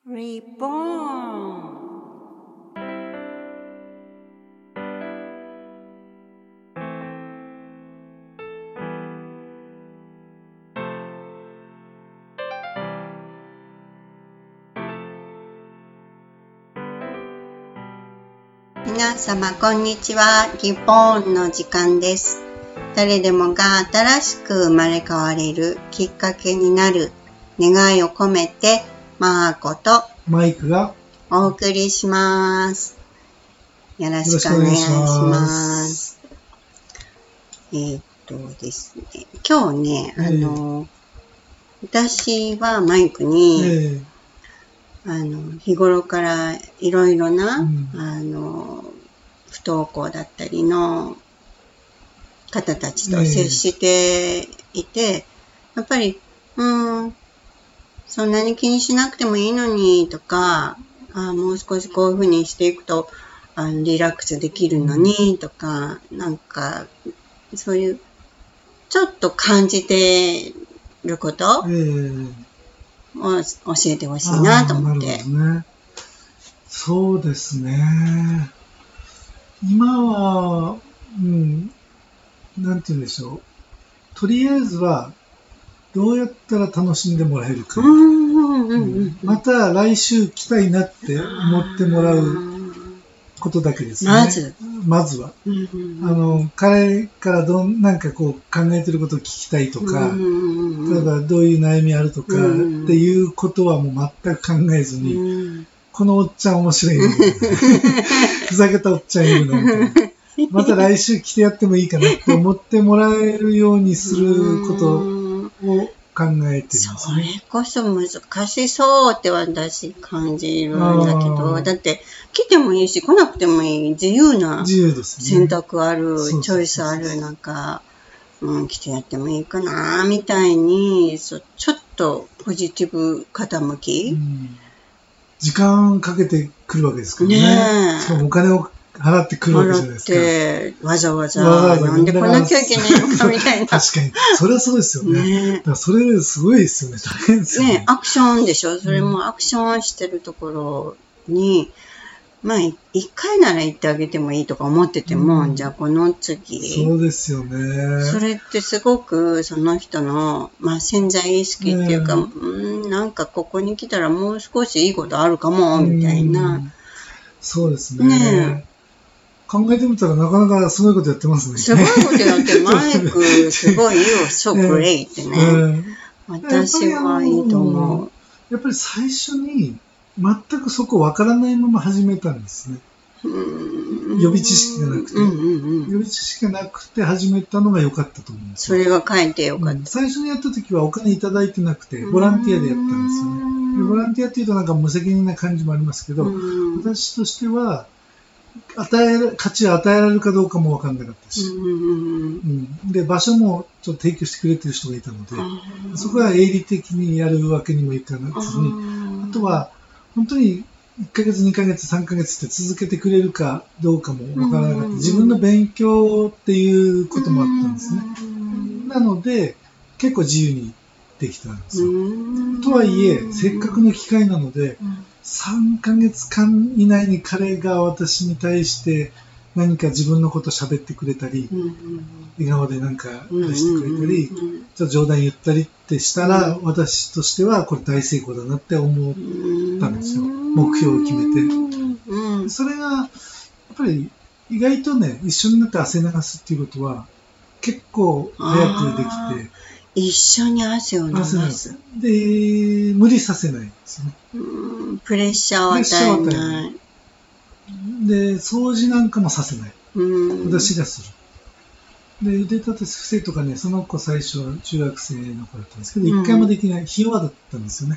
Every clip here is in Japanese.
Reborn。 皆様こんにちは。リボーンの時間です。誰でもが新しく生まれ変われるきっかけになる願いを込めて、マーコとマイクがお送りします。よろしくお願いします。ですね、今日ね、私はマイクに、日頃からいろいろな、不登校だったりの方たちと接していて、やっぱり、そんなに気にしなくてもいいのにとか、もう少しこういう風にしていくとリラックスできるのにとか、なんかそういうちょっと感じてることを教えてほしいなと思って。 そうですね。今は、なんて言うんでしょう。とりあえずは、どうやったら楽しんでもらえるか。また来週来たいなって思ってもらうことだけですね。まずは。彼からなんかこう考えてることを聞きたいとか、例えばどういう悩みあるとかっていうことはもう全く考えずに、このおっちゃん面白いね。ふざけたおっちゃんいるのみたいな。また来週来てやってもいいかなって思ってもらえるようにすることを考えてるんですね。 それこそ難しそうって私感じるんだけど、だって来てもいいし来なくてもいい自由な選択ある、チョイスある中、来てやってもいいかなみたいにちょっとポジティブ傾き、 時間かけてくるわけですからね。しかもお金を払ってくるわけじゃないですか。 わざわざなんで来なきゃいけないのかみたいな。 確かに。それはそうですよね。だからそれすごいですよね。大変ですよね。 アクションでしょ。それもアクションしてるところに、一回なら行ってあげてもいいとか思ってても、じゃあこの次。 そうですよね。 それってすごくその人の、潜在意識っていうか、なんかここに来たらもう少しいいことあるかも、みたいな。 そうですね。考えてみたらなかなかすごいことやってますね。 すごいことやってマイクすごいよ、so great ってね。私はいいと思う。 やっぱり最初に全くそこ分からないまま始めたんですね。予備知識がなくて。予備知識がなくて始めたのが良かったと思うんですよ。 それが書いて良かった。 最初にやった時はお金いただいてなくて、ボランティアでやったんですよね。ボランティアっていうとなんか無責任な感じもありますけど、私としては、価値を与えられるかどうかも分かんなかったし、で場所もちょっと提供してくれてる人がいたので、そこは営利的にやるわけにもいかずに、あとは本当に1ヶ月、2ヶ月、3ヶ月って続けてくれるかどうかも分からなかった。自分の勉強っていうこともあったんですね。なので結構自由にできたんですよ。とはいえ、せっかくの機会なので、3ヶ月間以内に彼が私に対して何か自分のこと喋ってくれたり、笑顔でなんか出してくれたり、ちょっと冗談言ったりってしたら、私としてはこれ大成功だなって思ったんですよ。目標を決めて。それが、やっぱり意外とね、一緒になって汗流すっていうことは結構早くできて、 一緒に汗を流す。 で、無理させないんですね。 プレッシャーを与えない。 で、掃除なんかもさせない。私がする。で、腕立て伏せとかね、その子最初は中学生の子だったんですけど、一回もできない。ひ弱だったんですよね。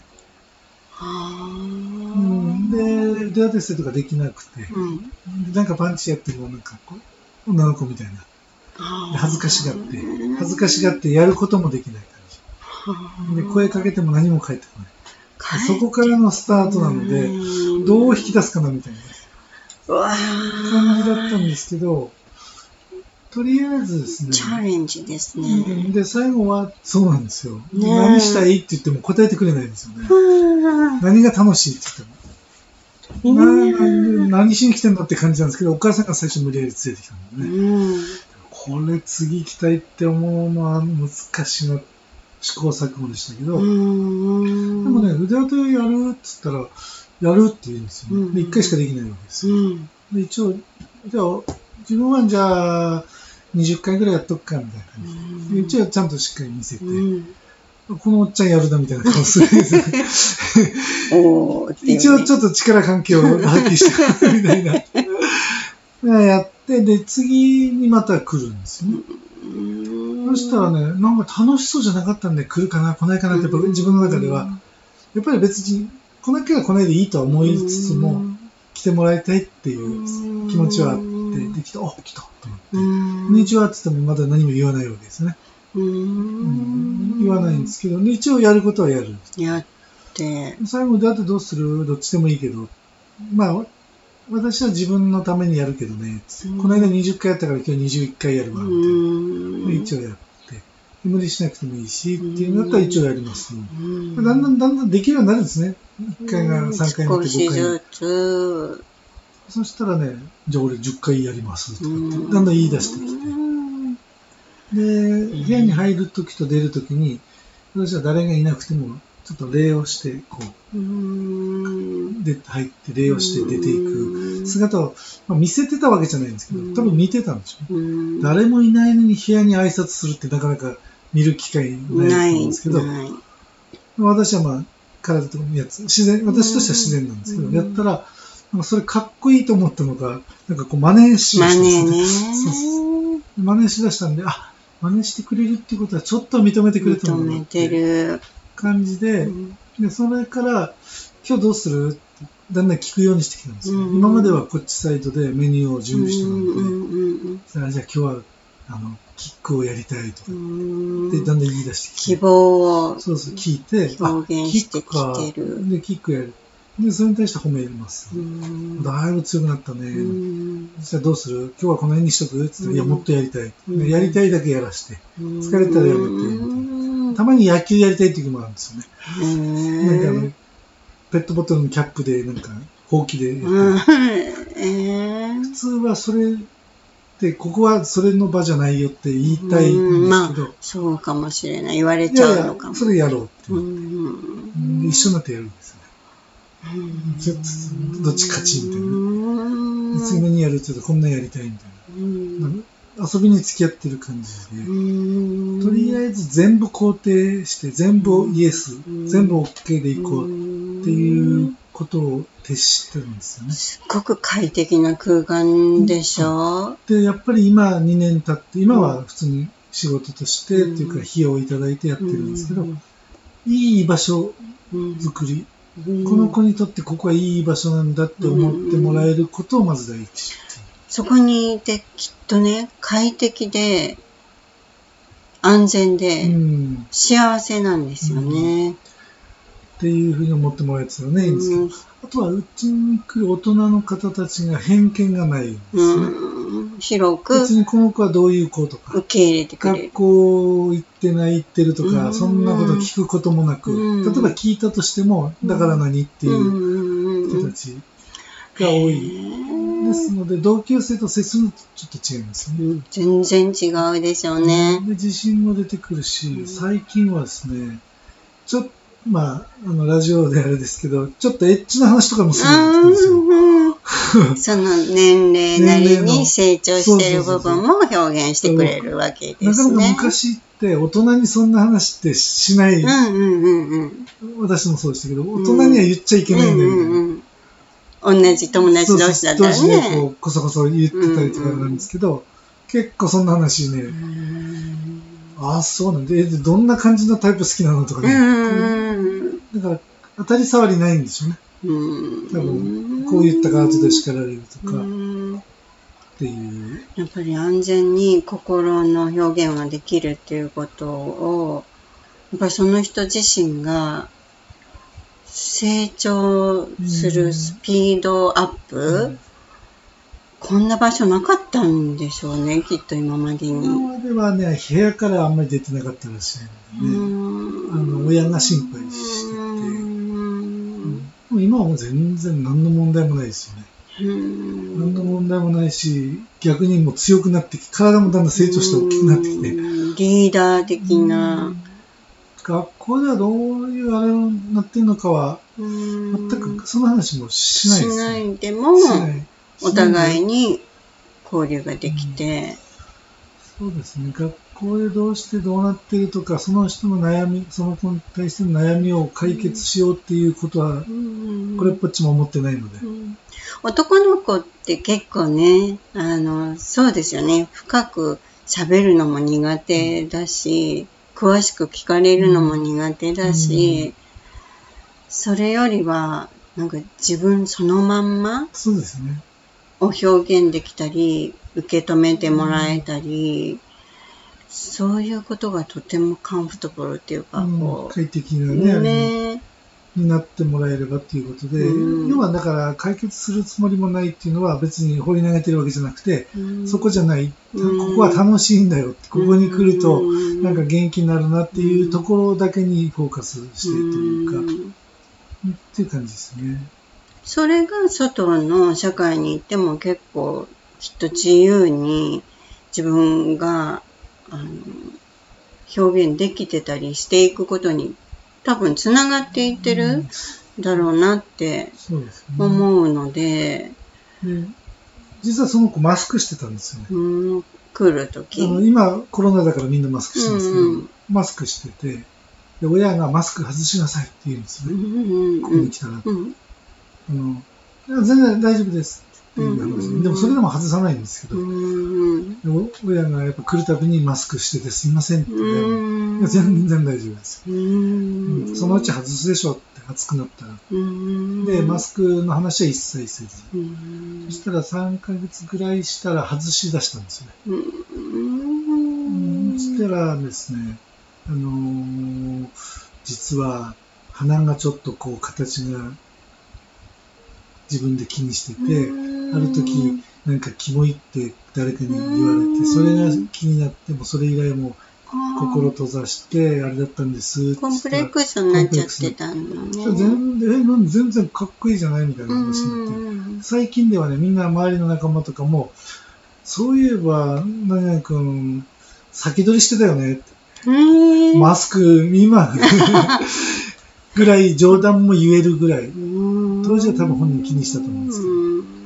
で、腕立て伏せとかできなくて、なんかパンチやってもなんかこう、女の子みたいな。恥ずかしがってやることもできない感じ。で、声かけても何も返ってこない。そこからのスタートなので、どう引き出すかなみたいな感じだったんですけど、 とりあえずですね。 チャレンジですね。 で、最後は、そうなんですよ。何したいって言っても答えてくれないんですよね。何が楽しいって言っても。何しに来てんのって感じなんですけど、お母さんが最初無理やり連れてきたんでね。これ次行きたいって思うのは難しいな、試行錯誤でしたけど、でもね、腕当てをやるって言ったら、やるって言うんですよね。で、1回しかできないわけですよ。で、一応、じゃあ、自分はじゃあ、20回ぐらいやっとくか、みたいな感じで。一応ちゃんとしっかり見せて、このおっちゃんやるな、みたいな顔するんですよ。一応ちょっと力関係を発揮してみたいな。やって、で、次にまた来るんですよね。そしたらね、なんか楽しそうじゃなかったんで、来るかな、来ないかなって、自分の中では、やっぱり別に、来なきゃ来ないでいいとは思いつつも、来てもらいたいっていう気持ちはあって、で、来たと思って。こんにちはって言ってもまだ何も言わないわけですね。言わないんですけど、で、一応やることはやる。 やって。 最後であとどうする？どっちでもいいけど、まあ、私は自分のためにやるけどね、この間20回やったから今日21回やるわ、みたいな。で、一応やって、無理しなくてもいいし、っていうのだったら一応やります。だんだんできるようになるんですね。1回が3回になって5回。 少しずつ。 そしたらね、じゃあ俺10回やりますとかって、だんだん言い出してきて。で、部屋に入るときと出るときに、私は誰がいなくても、ちょっと礼をして、こう、で、入って礼をして出ていく姿を、まあ、見せてたわけじゃないんですけど、多分見てたんでしょうね。誰もいないのに部屋に挨拶するってなかなか見る機会ないと思うんですけど、私はまあ、体とやつ、自然、私としては自然なんですけど、やったら、なんかそれかっこいいと思ったのが、なんかこう真似しだしたんですね。真似しだしたんで、あ、真似してくれるっていうことはちょっと認めてくれたのかなっていう感じで、で、それから、今日どうするってだんだん聞くようにしてきたんですよ。今まではこっちサイドでメニューを準備してたので、じゃあ今日は、キックをやりたいとか、で、だんだん言い出してきて。 希望を。 そうそう、聞いて、 表現してきてる。 で、キックやる。で、それに対して褒めます。だいぶ強くなったね。じゃあどうする？今日はこの辺にしとく？って言ったら、いや、もっとやりたい。やりたいだけやらして。疲れたらやめて。たまに野球やりたいっていう時もあるんですよね。なんかペットボトルのキャップで、なんか、ほうきでやってる。普通はそれで、ここはそれの場じゃないよって言いたいんですけど。 そうかもしれない。言われちゃうのかも。 それやろうって一緒になってやるんですよね。どっち勝ちみたいな。次何やるって言うとこんなやりたいみたいな。遊びに付き合ってる感じで、とりあえず全部肯定して、全部イエス、全部 OK でいこうっていうことを徹してるんですよね。 すっごく快適な空間でしょ。 で、やっぱり今2年経って、今は普通に仕事としてっていうか費用をいただいてやってるんですけど、いい場所作り、この子にとってここはいい場所なんだって思ってもらえることをまず第一。 そこにいてきっとね、快適で安全で幸せなんですよね。 っていうふうに思ってもらえてたらね、いいんですけど、あとはうちに来る大人の方たちが偏見がないんですね。 広く別にこの子はどういう子とか、 受け入れてくれる。 学校行ってない行ってるとか、そんなこと聞くこともなく、例えば聞いたとしても、だから何っていう人たちが多い。ですので、同級生と接するとちょっと違いますね。 全然違うでしょうね。 で、自信も出てくるし、最近はですね、ちょっと、まあ、ラジオであれですけど、ちょっとエッチな話とかもするんですよ。 その年齢なりに成長している部分も表現してくれるわけですね。 なかなか昔って大人にそんな話ってしない。私もそうでしたけど、大人には言っちゃいけないんだよみたいな。 同じ友達同士だったらね。 同士でこうこそこそ言ってたりとかなんですけど、結構そんな話ね、ああ、そうなんで、どんな感じのタイプ好きなのとかね。だから、当たり障りないんでしょうね。多分、こう言ったから後で叱られるとか、っていう。 やっぱり安全に心の表現ができるっていうことを、やっぱりその人自身が成長するスピードアップ、 こんな場所なかったんでしょうね、きっと今までに。 今まではね、部屋からあんまり出てなかったらしいので、ね、親が心配してて、今はもう全然何の問題もないですよね。何の問題もないし、逆にもう強くなってきて、体もだんだん成長して大きくなってきて。 リーダー的な。 学校ではどういうあれになってるのかは、全くその話もしないですね。 しないでも、お互いに交流ができて。 そうですね。学校でどうしてどうなってるとか、その人の悩み、その子に対しての悩みを解決しようっていうことは、これっぽっちも思ってないので。 男の子って結構ね、そうですよね。深く喋るのも苦手だし、詳しく聞かれるのも苦手だし、それよりは、なんか自分そのまんまそうですね。 を表現できたり、受け止めてもらえたり、そういうことがとてもカンフォタブルっていうか、 快適なね、になってもらえればっていうことで、要はだから解決するつもりもないっていうのは別に放り投げてるわけじゃなくて、そこじゃない、ここは楽しいんだよって、ここに来るとなんか元気になるなっていうところだけにフォーカスしてというか、っていう感じですね。 それが外の社会に行っても結構きっと自由に自分が表現できてたりしていくことに多分つながっていってるだろうなって思うので、 実はその子マスクしてたんですよね。 来るとき今コロナだからみんなマスクしてますけど、マスクしてて、で親がマスク外しなさいって言うんですね。ここに来たら、全然大丈夫ですっていう話でもそれでも外さないんですけど、親がやっぱ来るたびにマスクしててすいませんって言って、全然大丈夫ですよ。そのうち外すでしょって暑くなったら。で、マスクの話は一切せず。そしたら3ヶ月ぐらいしたら外し出したんですよね。そしたらですね、実は鼻がちょっとこう形が自分で気にしてて、ある時なんかキモいって誰かに言われて、それが気になってもそれ以来も心閉ざしてあれだったんですってコンプレックスになっちゃってたのね。 全然かっこいいじゃないみたいな話になって、最近ではね、みんな周りの仲間とかもそういえば何々君先取りしてたよねって、マスク今ぐらい冗談も言えるぐらい、当時は多分本人気にしたと思うんですけど、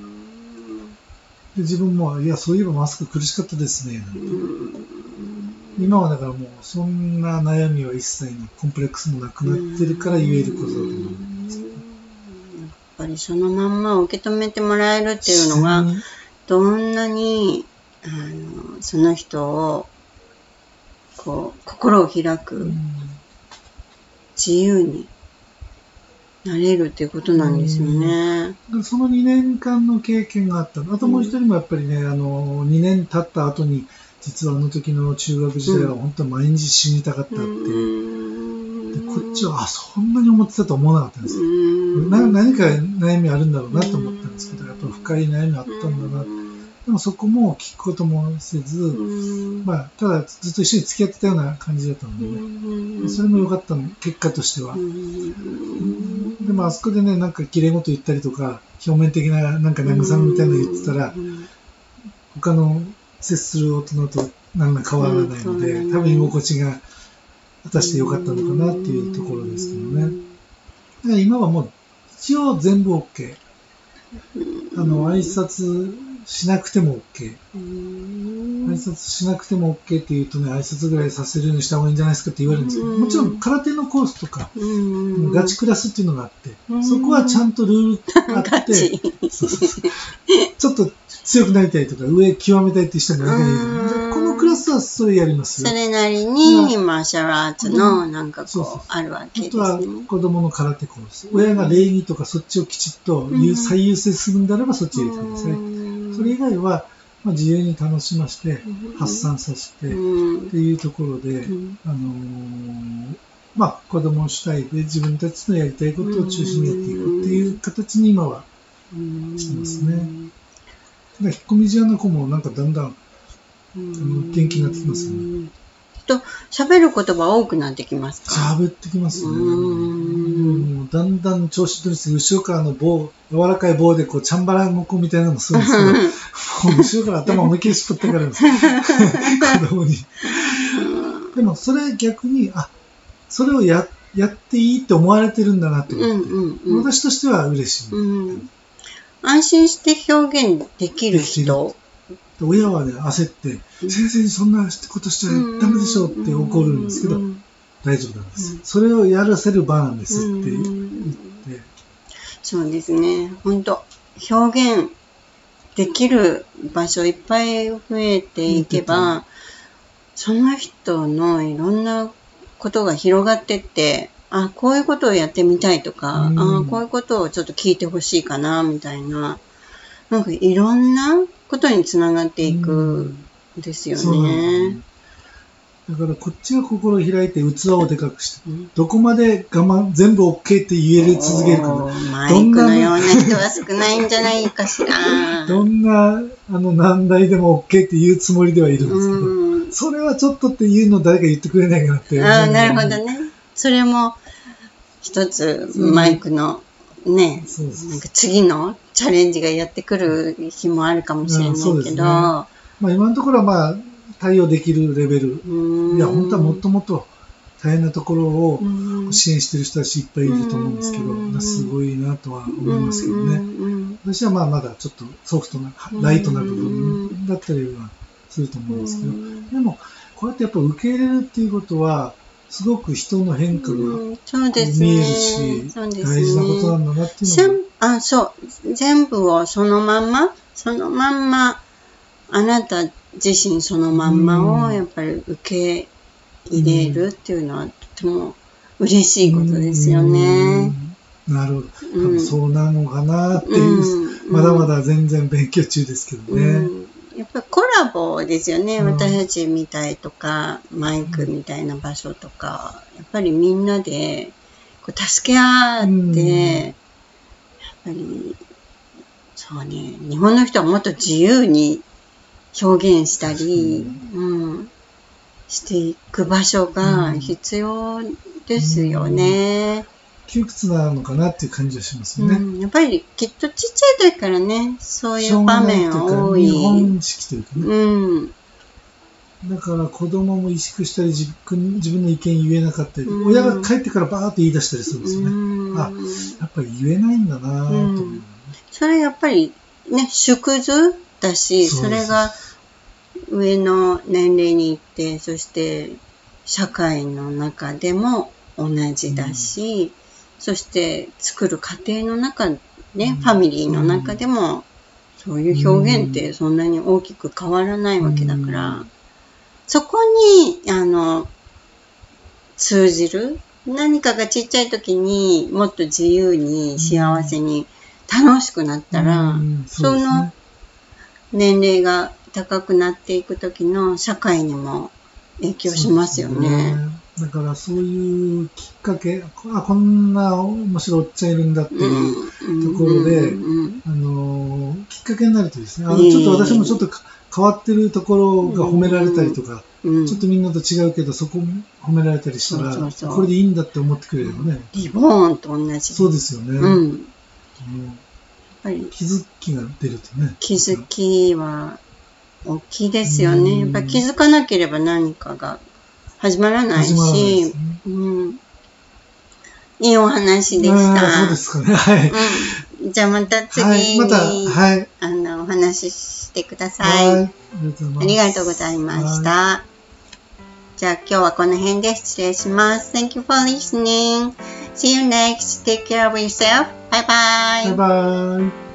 で自分もいやそういえばマスク苦しかったですねなんて、今はだからもうそんな悩みは一切のコンプレックスもなくなってるから言えることだと思うんですけど、やっぱりそのまんま受け止めてもらえるっていうのがどんなにその人をこう心を開く、自由になれるっていうことなんですよね。 その2年間の経験があった。あともう一人もやっぱりね、2年経った後に、実はあの時の中学時代は本当は毎日死にたかったって。でこっちは、そんなに思ってたと思わなかったんですよ。何か悩みあるんだろうなと思ったんですけど、やっぱ深い悩みあったんだな。でもそこも聞くこともせず、ただずっと一緒に付き合ってたような感じだったのでね、それも良かったの、結果としては。でもあそこでね、なんか綺麗事言ったりとか、表面的ななんか慰めみたいなの言ってたら、他の接する大人と何ら変わらないので、多分居心地が果たして良かったのかなっていうところですけどね。だから今はもう一応全部 OK。挨拶しなくても OK。挨拶しなくても OK って言うとね、挨拶ぐらいさせるようにした方がいいんじゃないですかって言われるんですけど、もちろん空手のコースとか、ガチクラスっていうのがあって、そこはちゃんとルールあって、ちょっと強くなりたいとか、上極めたいっていう人もいるからこのクラスはそれやりますよ。 それなりにマーシャルアーツのなんかこうあるわけですね。 あとは子供の空手コース。親が礼儀とかそっちをきちっと最優先するんであればそっち入れてください。それ以外は自由に楽しませて発散させてっていうところで、子供主体で自分たちのやりたいことを中心にやっていくっていう形に今はしてますね。 引っ込み思案の子もなんかだんだん元気になってきますよね。 喋る言葉多くなってきますか？ 喋ってきますね。もうだんだん調子取りして後ろからの棒、柔らかい棒でこうチャンバラの子みたいなのするんですけど、もう後ろから頭思いっきり絞ってからです。子供に。でもそれ逆に、それをやっていいって思われてるんだなと思って、私としては嬉しい。 安心して表現できる人。 親はね、焦って、先生にそんなことしちゃダメでしょって怒るんですけど、大丈夫なんです。それをやらせる場なんですって言って。 そうですね。本当表現できる場所いっぱい増えていけば、その人のいろんなことが広がってって、こういうことをやってみたいとか、こういうことをちょっと聞いてほしいかな、みたいな。なんかいろんなことにつながっていくんですよね。 だからこっちが心を開いて器をでかくして、どこまで全部 OK って言える続けるかマイクのような人は少ないんじゃないかしら。 どんな難題でも OK って言うつもりではいるんですけど、それはちょっとっていうのを誰か言ってくれないかなって。 なるほどね。それも一つマイクのね、なんか次のチャレンジがやってくる日もあるかもしれないけど、 今のところは対応できるレベル。いや、本当はもっともっと大変なところを支援してる人たちいっぱいいると思うんですけど、すごいなとは思いますけどね。私はまだちょっとソフトな、ライトな部分だったりはすると思うんですけど、でも、こうやってやっぱ受け入れるっていうことは、すごく人の変化が見えるし、大事なことなんだなっていうのが。 全部をそのまんま、あなた自身そのまんまをやっぱり受け入れるっていうのはとても嬉しいことですよね。 なるほど。多分そうなのかなっていう、まだまだ全然勉強中ですけどね。 やっぱりコラボですよね。私たちみたいとか、マイクみたいな場所とか、やっぱりみんなでこう助け合って、やっぱり、そうね、日本の人はもっと自由に表現したり、していく場所が必要ですよね。 窮屈なのかなっていう感じはしますよね。 やっぱりきっとちっちゃい時からね、そういう場面が多い。 日本意識というかね。だから子供も萎縮したり自分の意見言えなかったり、親が帰ってからバーって言い出したりするんですよね。やっぱり言えないんだなと思う。 それやっぱりね、縮図だし、それが上の年齢に行って、そして社会の中でも同じだし、そして作る家庭の中ね、ファミリーの中でもそういう表現ってそんなに大きく変わらないわけだから、そこに通じる何かがちっちゃい時にもっと自由に幸せに楽しくなったら、その年齢が高くなっていく時の社会にも影響しますよね。 だからそういうきっかけ、こんな面白いおっちゃんいるんだっていうところで、きっかけになるとですね、ちょっと私もちょっと変わってるところが褒められたりとか、ちょっとみんなと違うけどそこ褒められたりしたら、これでいいんだって思ってくれればね。 リボーンと同じ。 そうですよね。やっぱり気づきが出るとね。 気づきは大きいですよね。やっぱり気づかなければ何かが始まらないし、いいお話でした。 そうですかね。はい。 じゃあまた次に、お話ししてください。ありがとうございました。じゃあ今日はこの辺で失礼します。Thank you for listening. See you next. Take care of yourself. Bye bye. Bye bye.